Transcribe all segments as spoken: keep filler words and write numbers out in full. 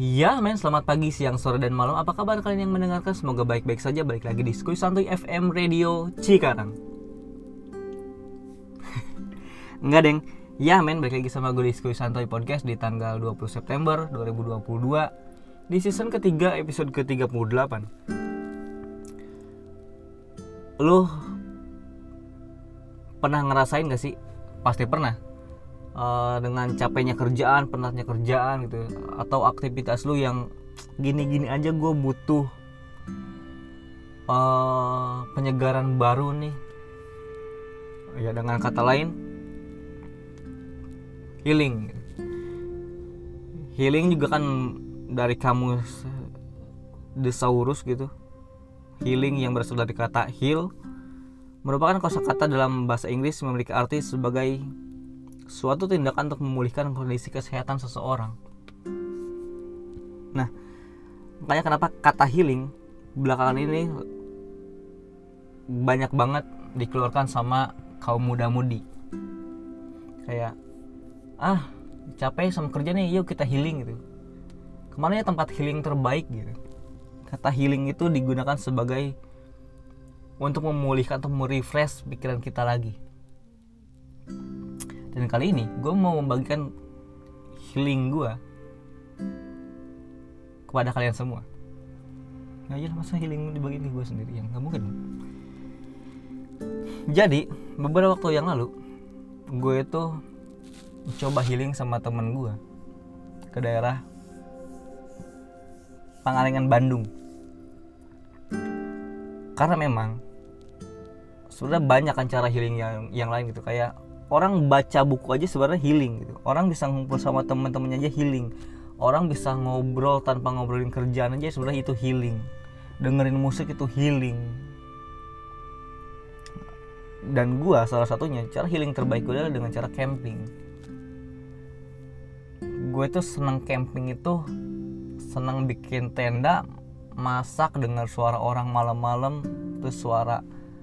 Ya men, selamat pagi, siang, sore, dan malam. Apa kabar kalian yang mendengarkan? Semoga baik-baik saja. Balik lagi di Skuy Santuy F M Radio Cikarang. Enggak deng. Ya men, balik lagi sama gue di Skuy Santuy Podcast di tanggal dua puluh September dua ribu dua puluh dua di season ketiga, episode ke tiga puluh delapan. Lu pernah ngerasain gak sih? Pasti pernah. Uh, dengan capeknya kerjaan, penatnya kerjaan gitu, atau aktivitas lu yang gini-gini aja gue butuh uh, penyegaran baru nih. Ya dengan kata lain, healing. Healing juga kan dari kamus thesaurus gitu. Healing yang berasal dari kata heal merupakan kosakata dalam bahasa Inggris memiliki arti sebagai suatu tindakan untuk memulihkan kondisi kesehatan seseorang. Nah, makanya kenapa kata healing belakangan ini banyak banget dikeluarkan sama kaum muda-mudi. Kayak, ah capek sama kerja nih, yuk kita healing gitu. Kemana ya tempat healing terbaik gitu. Kata healing itu digunakan sebagai untuk memulihkan atau merefresh pikiran kita lagi. Dan kali ini gue mau membagikan healing gue kepada kalian semua. Nah ya masa healing dibagiin ke gue sendiri, yang gak mungkin. Jadi beberapa waktu yang lalu gue itu coba healing sama temen gue ke daerah Pangalengan, Bandung. Karena memang sudah banyak kan cara healing yang yang lain gitu. Kayak orang baca buku aja sebenarnya healing gitu. Orang bisa ngumpul sama teman-temannya aja healing. Orang bisa ngobrol tanpa ngobrolin kerjaan aja sebenarnya itu healing. Dengerin musik itu healing. Dan gua salah satunya, cara healing terbaik gue adalah dengan cara camping. Gue tuh senang camping itu, senang bikin tenda, masak, dengar suara orang malam-malam, terus suara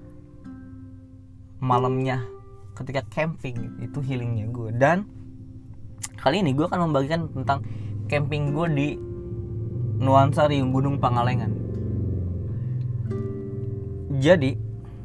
malamnya ketika camping, itu healingnya gue. Dan kali ini gue akan membagikan tentang camping gue di nuansa riung Gunung Pangalengan. Jadi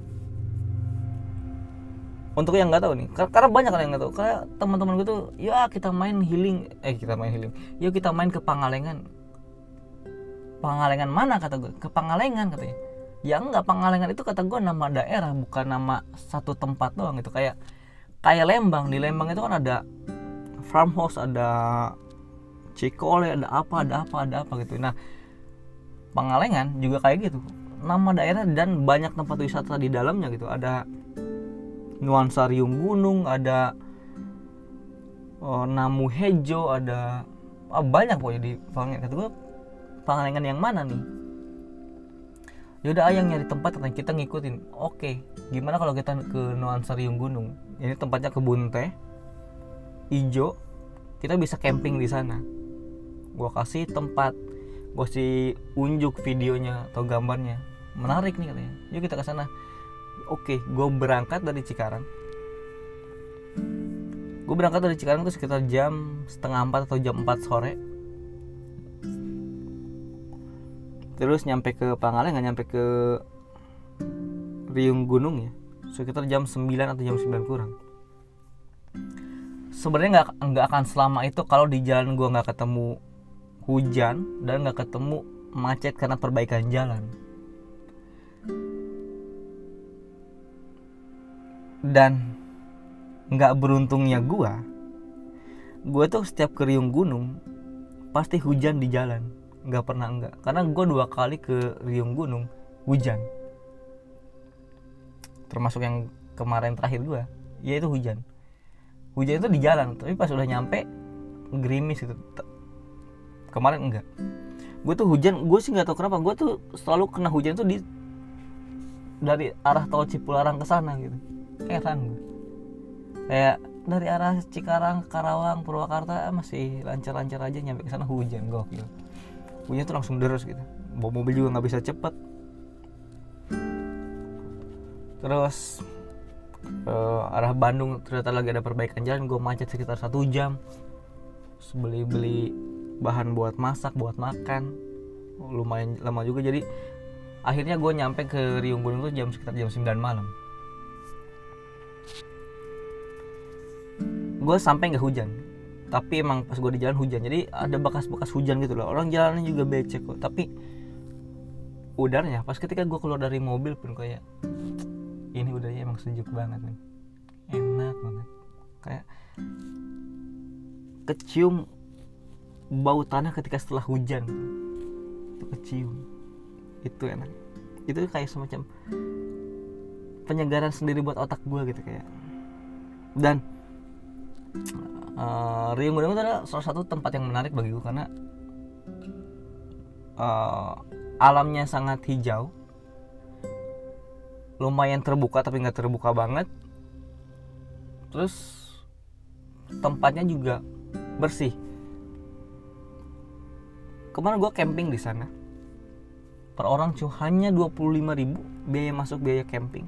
untuk yang nggak tahu nih, karena banyak orang yang nggak tahu, karena teman-teman gue tuh, ya kita main healing, eh kita main healing, yuk kita main ke Pangalengan. Pangalengan mana kata gue? Ke Pangalengan katanya. Ya enggak, Pangalengan itu kata gue nama daerah, bukan nama satu tempat doang gitu. Kayak kayak Lembang, di Lembang itu kan ada farmhouse, ada Cikole, ada apa, ada apa, ada apa gitu. Nah, Pangalengan juga kayak gitu, nama daerah dan banyak tempat wisata di dalamnya gitu. Ada nuansa riung gunung, ada oh, Namu Hejo, ada oh, banyak pokoknya di Pangalengan. Kata gue, Pangalengan yang mana nih? Yaudah ayang nyari tempat, katanya kita ngikutin. Oke, gimana kalau kita ke nuansa riung gunung? Ini tempatnya kebun teh hijau, kita bisa camping di sana. Gua kasih tempat, gua kasih unjuk videonya atau gambarnya, menarik nih katanya. Yuk kita ke sana. Oke, gua berangkat dari Cikarang. Gua berangkat dari Cikarang itu sekitar jam setengah empat atau jam empat sore. Terus nyampe ke Pangalengan, nyampe ke riung gunung ya sekitar jam sembilan atau jam sembilan kurang. Sebenarnya nggak nggak akan selama itu kalau di jalan gue nggak ketemu hujan dan nggak ketemu macet karena perbaikan jalan. Dan nggak beruntungnya gue, gue tuh setiap ke riung gunung pasti hujan di jalan. Nggak pernah enggak, karena gue dua kali ke riung gunung hujan, termasuk yang kemarin terakhir gue, ya itu hujan. Hujan itu di jalan, tapi pas udah nyampe gerimis gitu. Kemarin enggak. Gue tuh hujan, gue sih nggak tahu kenapa, gue tuh selalu kena hujan tuh di dari arah tol Cipularang ke sana gitu. Heran gue. Kayak dari arah Cikarang, Karawang, Purwakarta masih lancar-lancar aja, nyampe ke sana hujan, gokil. Hujan tuh langsung deres gitu. Bawa mobil juga nggak bisa cepet. Terus ke arah Bandung ternyata lagi ada perbaikan jalan, gue macet sekitar satu jam. Terus beli-beli bahan buat masak, buat makan. Lumayan lama juga, jadi akhirnya gue nyampe ke Riung Gunung tuh jam sekitar jam sembilan malam. Gue sampai nggak hujan, tapi emang pas gue di jalan hujan, jadi ada bekas-bekas hujan gitu loh. Orang jalannya juga becek kok, tapi udaranya pas ketika gue keluar dari mobil pun kayak ini udaranya emang sejuk banget nih, enak banget, kayak kecium bau tanah ketika setelah hujan itu kecium, itu enak. Itu kayak semacam penyegaran sendiri buat otak gue gitu kayak. Dan uh, Riung Gunung itu adalah salah satu tempat yang menarik bagi gue karena uh, alamnya sangat hijau, lumayan terbuka tapi nggak terbuka banget, terus tempatnya juga bersih. Kemarin gue camping di sana, per orang cuma hanya dua puluh lima ribu biaya masuk, biaya camping.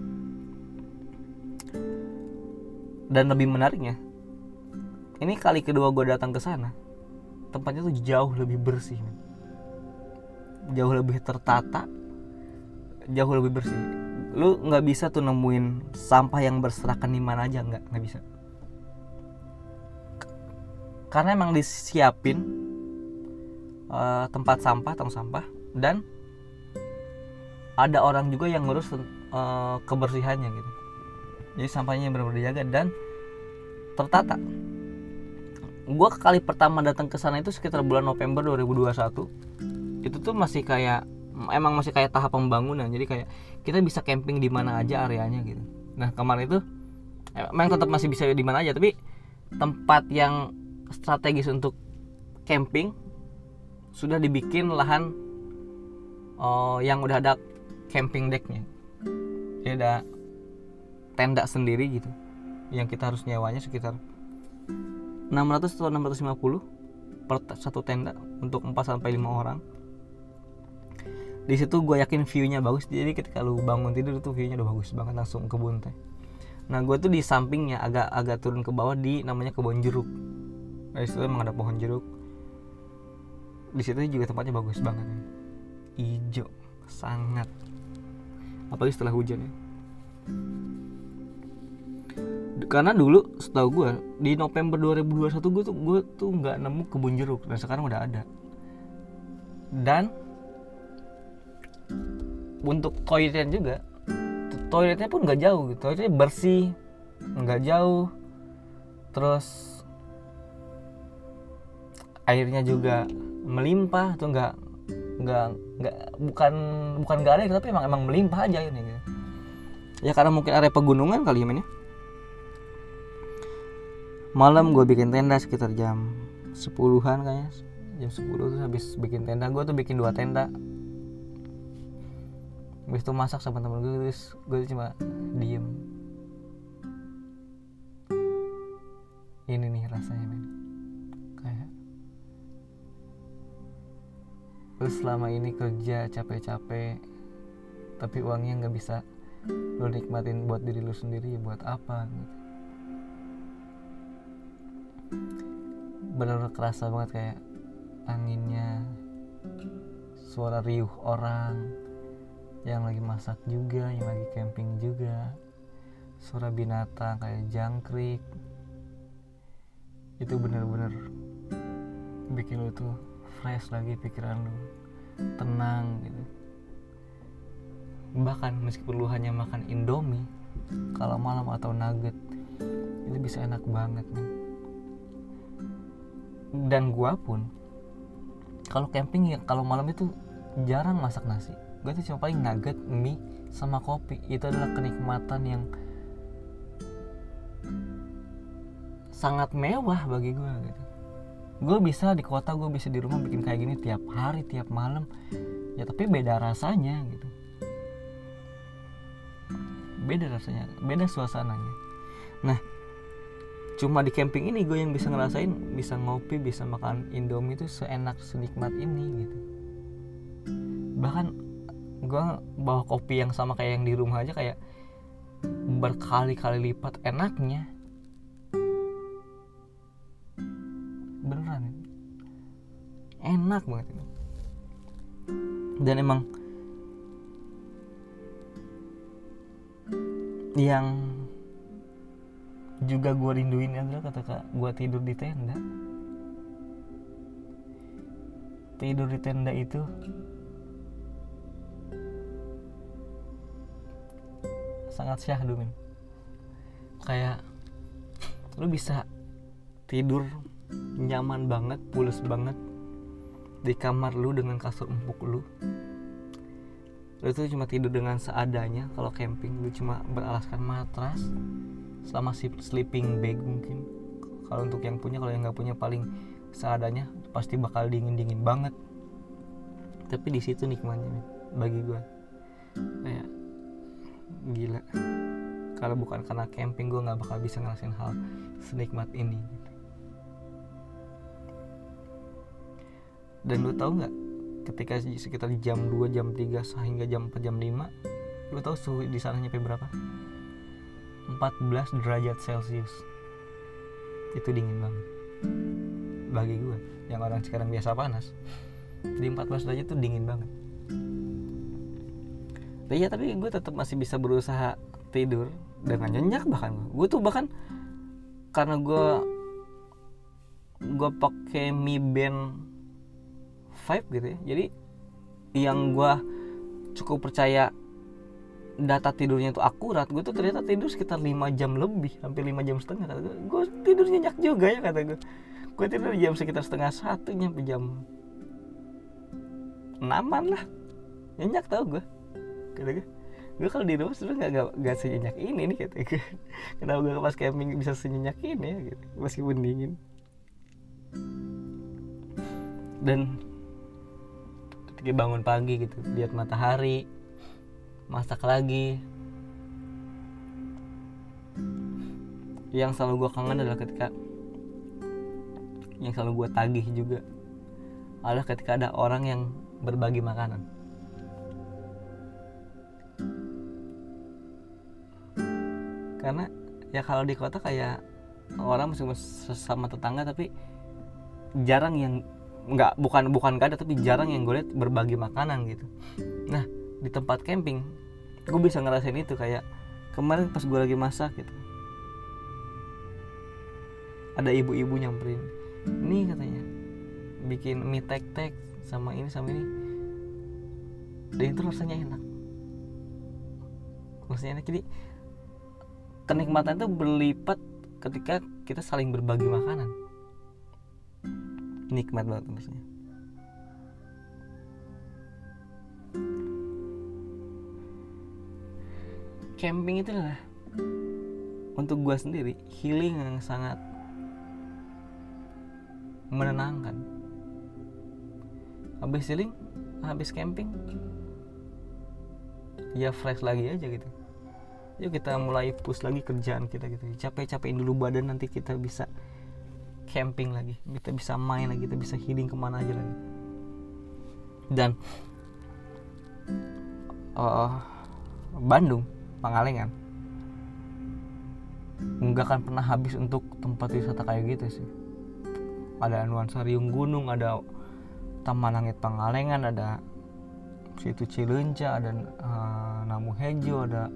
Dan lebih menariknya, ini kali kedua gue datang ke sana, tempatnya tuh jauh lebih bersih, jauh lebih tertata, jauh lebih bersih. Lu nggak bisa tuh nemuin sampah yang berserakan di mana aja, nggak nggak bisa. Karena emang disiapin uh, tempat sampah, tong sampah, dan ada orang juga yang ngurus uh, kebersihannya gitu. Jadi sampahnya benar-benar dijaga dan tertata. Gue kali pertama datang ke sana itu sekitar bulan November dua ribu dua puluh satu. Itu tuh masih kayak emang masih kayak tahap pembangunan. Jadi kayak kita bisa camping di mana aja areanya gitu. Nah, kemarin itu emang tetap masih bisa di mana aja, tapi tempat yang strategis untuk camping sudah dibikin lahan oh, yang udah ada camping decknya. Jadi ada tenda sendiri gitu, yang kita harus nyewanya sekitar enam ratus atau enam ratus lima puluh per satu tenda untuk empat sampai lima orang. Di situ gue yakin view-nya bagus, jadi ketika lu bangun tidur itu view-nya udah bagus banget, langsung kebun teh. Nah, gue tuh di sampingnya agak agak turun ke bawah di namanya kebun jeruk. Di situ emang ada pohon jeruk. Di situ juga tempatnya bagus banget, hijau sangat, apalagi setelah hujan ya. Karena dulu setahu gue di November dua ribu dua puluh satu gue tuh gue tuh nggak nemu kebun jeruk, dan sekarang udah ada. Dan untuk toiletnya juga, toiletnya pun nggak jauh gitu, toiletnya bersih, nggak jauh, terus airnya juga melimpah tuh, nggak nggak nggak bukan bukan nggak ada tapi emang emang melimpah aja ini gitu. Ya karena mungkin area pegunungan kali ya men ya. Malam gue bikin tenda sekitar jam sepuluhan kayaknya, jam sepuluh tuh habis bikin tenda. Gue tuh bikin dua tenda, habis itu masak sama temen gue, terus gue tuh cuma diem. Ini nih rasanya men, kayak lu selama ini kerja capek-capek tapi uangnya nggak bisa lu nikmatin buat diri lu sendiri, ya buat apa gitu. Benar-benar kerasa banget kayak anginnya, suara riuh orang yang lagi masak juga, yang lagi camping juga, suara binatang kayak jangkrik. Itu benar-benar bikin lu tuh fresh lagi, pikiran lu tenang gitu. Bahkan meskipun lu hanya makan Indomie kalau malam atau nugget, itu bisa enak banget nih. Dan gua pun kalau camping ya kalau malam itu jarang masak nasi. Gua tuh cuma paling nugget, mie, sama kopi. Itu adalah kenikmatan yang sangat mewah bagi gua gitu. Gue bisa di kota, gue bisa di rumah bikin kayak gini tiap hari, tiap malam. Ya tapi beda rasanya gitu. Beda rasanya, beda suasananya. Nah, cuma di camping ini gue yang bisa ngerasain, bisa ngopi, bisa makan Indomie itu seenak, senikmat ini gitu. Bahkan gue bawa kopi yang sama kayak yang di rumah aja kayak berkali-kali lipat enaknya. Beneran. enak banget itu. Dan emang yang juga gue rinduin adalah ketika gue tidur di tenda. Tidur di tenda itu sangat syahdu, men. Kayak lu bisa tidur nyaman banget, pules banget di kamar lu dengan kasur empuk lu. Lu tuh cuma tidur dengan seadanya. Kalau camping lu cuma beralaskan matras selama sleeping bag mungkin. Kalau untuk yang punya, kalau yang nggak punya paling seadanya, pasti bakal dingin-dingin banget. Tapi di situ nikmatnya nih, bagi gue kayak gila. Kalau bukan karena camping, gue nggak bakal bisa ngerasain hal senikmat ini. Dan lu tahu nggak, ketika sekitar jam dua, jam tiga sehingga jam empat, jam lima, lu tahu suhu di sana nyampe berapa? empat belas derajat Celcius. Itu dingin banget bagi gue yang orang sekarang biasa panas. Di empat belas derajat itu dingin banget. Tapi ya, tapi gue tetap masih bisa berusaha tidur dengan nyenyak. Bahkan gue tuh bahkan karena gue gue pakai Mi Band lima gitu ya, jadi yang gue cukup percaya data tidurnya itu akurat, gue tuh ternyata tidur sekitar lima jam lebih, hampir lima jam setengah. Kata gue, gue tidur nyenyak juga ya, kata gue. Gue tidur jam sekitar setengah satu nyampe jam enaman lah, nyenyak tau gue. Kata gue, gue kalau di rumah sebenarnya nggak nggak senyenyak ini nih, kata gue. Kenapa gue pas camping bisa senyenyak ini ya, gitu, meskipun dingin. Dan ketika bangun pagi gitu, lihat matahari, masak lagi. Yang selalu gue kangen adalah ketika, yang selalu gue tagih juga adalah ketika ada orang yang berbagi makanan. Karena ya kalau di kota kayak orang meskipun sesama tetangga, tapi jarang yang nggak, bukan bukan gak ada, tapi jarang yang gue lihat berbagi makanan gitu. Nah, di tempat camping gue bisa ngerasain itu. Kayak kemarin pas gue lagi masak gitu, ada ibu-ibu nyamperin, nih katanya bikin mie tek-tek sama ini sama ini, dan itu rasanya enak. Rasanya enak. Jadi kenikmatan itu berlipat ketika kita saling berbagi makanan. Nikmat banget rasanya. Camping itu adalah untuk gue sendiri healing yang sangat menenangkan. Habis healing, habis camping, ya fresh lagi aja gitu. Yuk kita mulai push lagi kerjaan kita gitu. Capek-capekin dulu badan, nanti kita bisa camping lagi, kita bisa main lagi, kita bisa healing kemana aja lagi. Dan uh, Bandung, Pangalengan nggak akan pernah habis untuk tempat wisata kayak gitu sih. Ada nuansa riung gunung, ada Taman Langit Pangalengan, ada situ Cileunca, ada uh, Namu Hejo, ada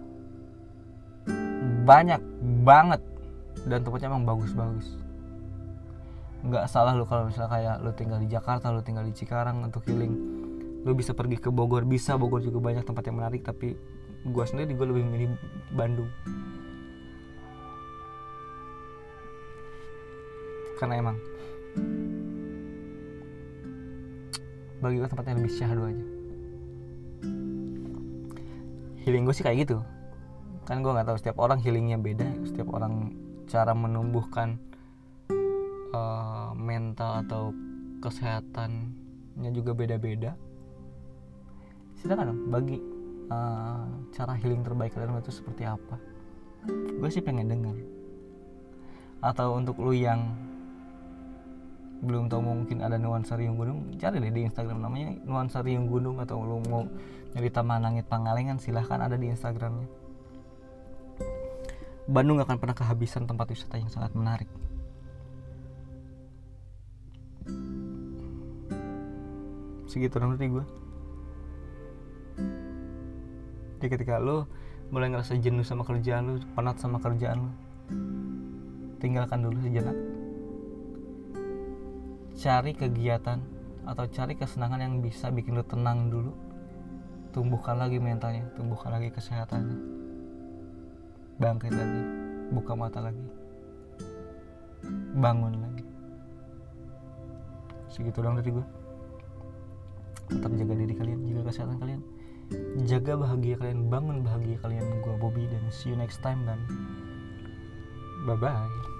banyak banget, dan tempatnya emang bagus-bagus. Nggak salah lu kalau misalnya kayak lu tinggal di Jakarta, lu tinggal di Cikarang untuk healing, lu bisa pergi ke Bogor, bisa. Bogor juga banyak tempat yang menarik, tapi gue sendiri gue lebih milih Bandung karena emang bagi gue tempatnya lebih syahdu aja. Healing gue sih kayak gitu. Kan gue nggak tahu, setiap orang healingnya beda, setiap orang cara menumbuhkan uh, mental atau kesehatannya juga beda-beda. Silakan dong bagi uh, cara healing terbaik kalian itu seperti apa. Gue sih pengen denger. Atau untuk lu yang belum tahu, mungkin ada nuansa riung gunung, cari deh di Instagram namanya nuansa riung gunung. Atau lu mau nyari Taman Langit Pangalengan, silahkan, ada di Instagramnya. Bandung gak akan pernah kehabisan tempat wisata yang sangat menarik. Segitu dong dari gue. Jadi ketika lo mulai ngerasa jenuh sama kerjaan lo, penat sama kerjaan lo, tinggalkan dulu sejenak. Cari kegiatan atau cari kesenangan yang bisa bikin lo tenang dulu. Tumbuhkan lagi mentalnya, tumbuhkan lagi kesehatannya. Bangkit lagi, buka mata lagi, bangun lagi. Segitu dong dari gue. Tetap jaga diri kalian, jaga kesehatan kalian, jaga bahagia kalian, bangun bahagia kalian. Gue Bobby dan see you next time dan bye bye.